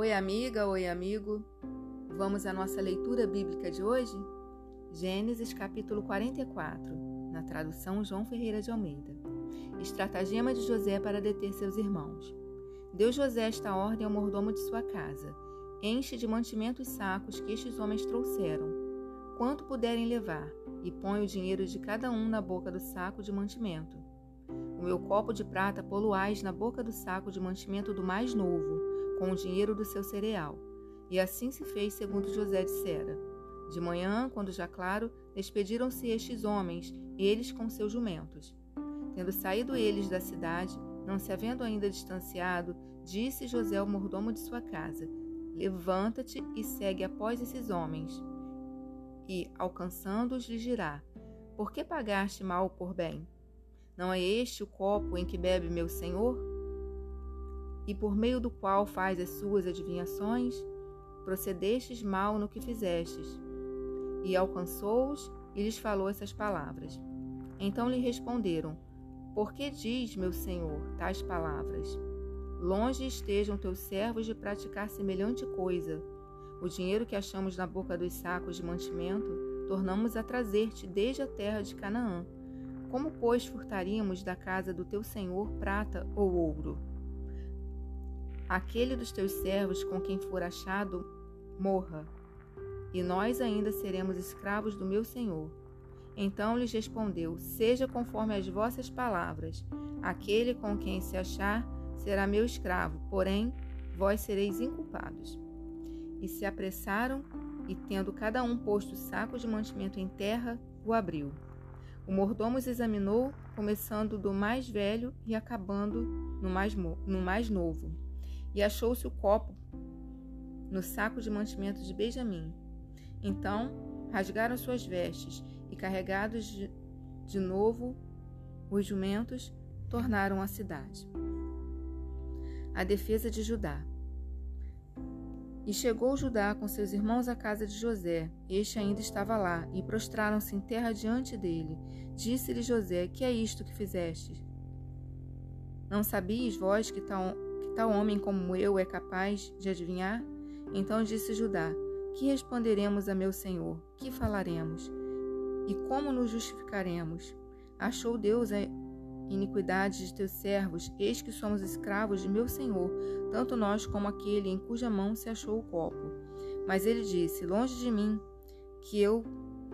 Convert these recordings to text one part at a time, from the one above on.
Oi, amiga, oi, amigo. Vamos à nossa leitura bíblica de hoje? Gênesis capítulo 44, na tradução João Ferreira de Almeida. Estratagema de José para deter seus irmãos. Deu José esta ordem ao mordomo de sua casa: enche de mantimento os sacos que estes homens trouxeram, quanto puderem levar, e põe o dinheiro de cada um na boca do saco de mantimento. O meu copo de prata poluais na boca do saco de mantimento do mais novo, com o dinheiro do seu cereal. E assim se fez segundo José dissera. De manhã, quando já claro, despediram-se estes homens, eles com seus jumentos. Tendo saído eles da cidade, não se havendo ainda distanciado, disse José ao mordomo de sua casa: levanta-te e segue após esses homens. E, alcançando-os, lhe dirá: por que pagaste mal por bem? Não é este o copo em que bebe meu senhor? E por meio do qual faz as suas adivinhações? Procedestes mal no que fizestes. E alcançou-os e lhes falou essas palavras. Então lhe responderam: por que diz, meu senhor, tais palavras? Longe estejam teus servos de praticar semelhante coisa. O dinheiro que achamos na boca dos sacos de mantimento, tornamos a trazer-te desde a terra de Canaã. Como, pois, furtaríamos da casa do teu senhor prata ou ouro? Aquele dos teus servos com quem for achado, morra, e nós ainda seremos escravos do meu senhor. Então lhes respondeu: seja conforme as vossas palavras. Aquele com quem se achar será meu escravo, porém vós sereis inculpados. E se apressaram, e tendo cada um posto o saco de mantimento em terra, o abriu. O mordomo os examinou, começando do mais velho e acabando no mais novo. E achou-se o copo no saco de mantimento de Benjamim. Então rasgaram suas vestes e, carregados de novo os jumentos, tornaram à cidade. A defesa de Judá. E chegou Judá com seus irmãos à casa de José. Este ainda estava lá, e prostraram-se em terra diante dele. Disse-lhe José: que é isto que fizestes? Não sabias vós que tal homem como eu é capaz de adivinhar? Então disse Judá: que responderemos a meu senhor? Que falaremos? E como nos justificaremos? Achou Deus a iniquidade de teus servos, eis que somos escravos de meu senhor, tanto nós como aquele em cuja mão se achou o copo. Mas ele disse: longe de mim que eu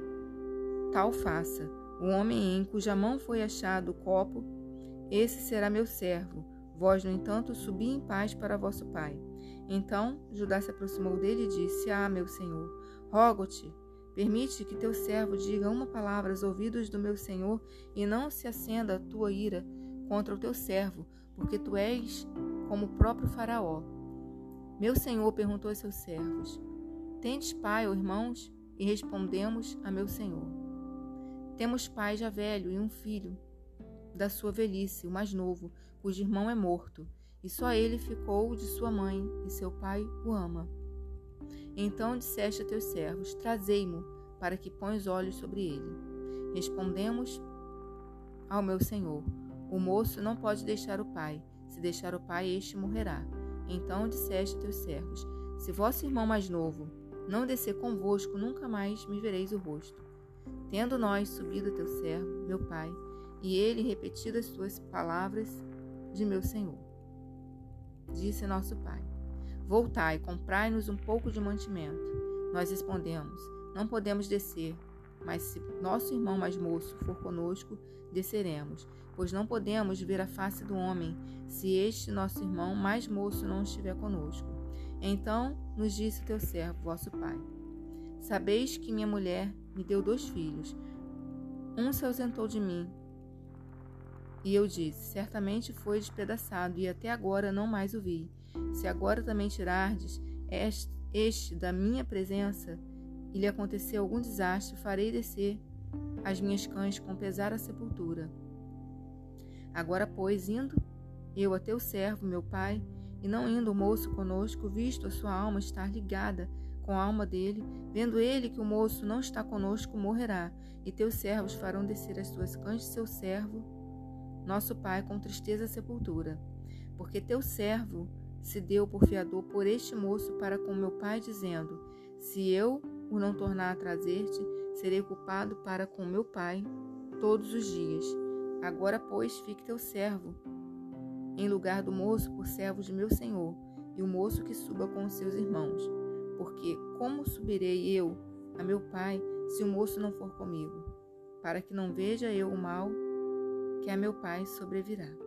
tal faça. O homem em cuja mão foi achado o copo, esse será meu servo. Vós, no entanto, subi em paz para vosso pai. Então Judá se aproximou dele e disse: meu senhor, rogo-te, permite que teu servo diga uma palavra aos ouvidos do meu senhor, e não se acenda a tua ira contra o teu servo, porque tu és como o próprio Faraó. Meu senhor perguntou a seus servos: tendes pai ou irmãos? E respondemos a meu senhor: temos pai já velho e um filho da sua velhice, o mais novo, cujo irmão é morto, e só ele ficou de sua mãe, e seu pai o ama. Então disseste a teus servos: trazei-mo, para que ponha os olhos sobre ele. Respondemos ao meu senhor: o moço não pode deixar o pai. Se deixar o pai, este morrerá. Então disseste a teus servos: se vosso irmão mais novo não descer convosco, nunca mais me vereis o rosto. Tendo nós subido a teu servo, meu pai, e ele repetido as tuas palavras de meu senhor, disse nosso pai: voltai, comprai-nos um pouco de mantimento. Nós respondemos: não podemos descer, mas se nosso irmão mais moço for conosco, desceremos, pois não podemos ver a face do homem, se este nosso irmão mais moço não estiver conosco. Então nos disse teu servo, vosso pai: sabeis que minha mulher me deu 2 filhos. Um se ausentou de mim, e eu disse: certamente foi despedaçado, e até agora não mais o vi. Se agora também tirardes este da minha presença, e lhe acontecer algum desastre, farei descer as minhas cães com pesar à sepultura. Agora, pois, indo eu a teu servo, meu pai, e não indo o moço conosco, visto a sua alma estar ligada com a alma dele, vendo ele que o moço não está conosco, morrerá, e teus servos farão descer as tuas cães de seu servo, nosso pai, com tristeza à sepultura. Porque teu servo se deu por fiador por este moço para com meu pai, dizendo: se eu o não tornar a trazer-te, serei culpado para com meu pai todos os dias. Agora, pois, fique teu servo em lugar do moço por servo de meu senhor, e o moço que suba com os seus irmãos. Porque como subirei eu a meu pai, se o moço não for comigo? Para que não veja eu o mal que a meu pai sobrevirá.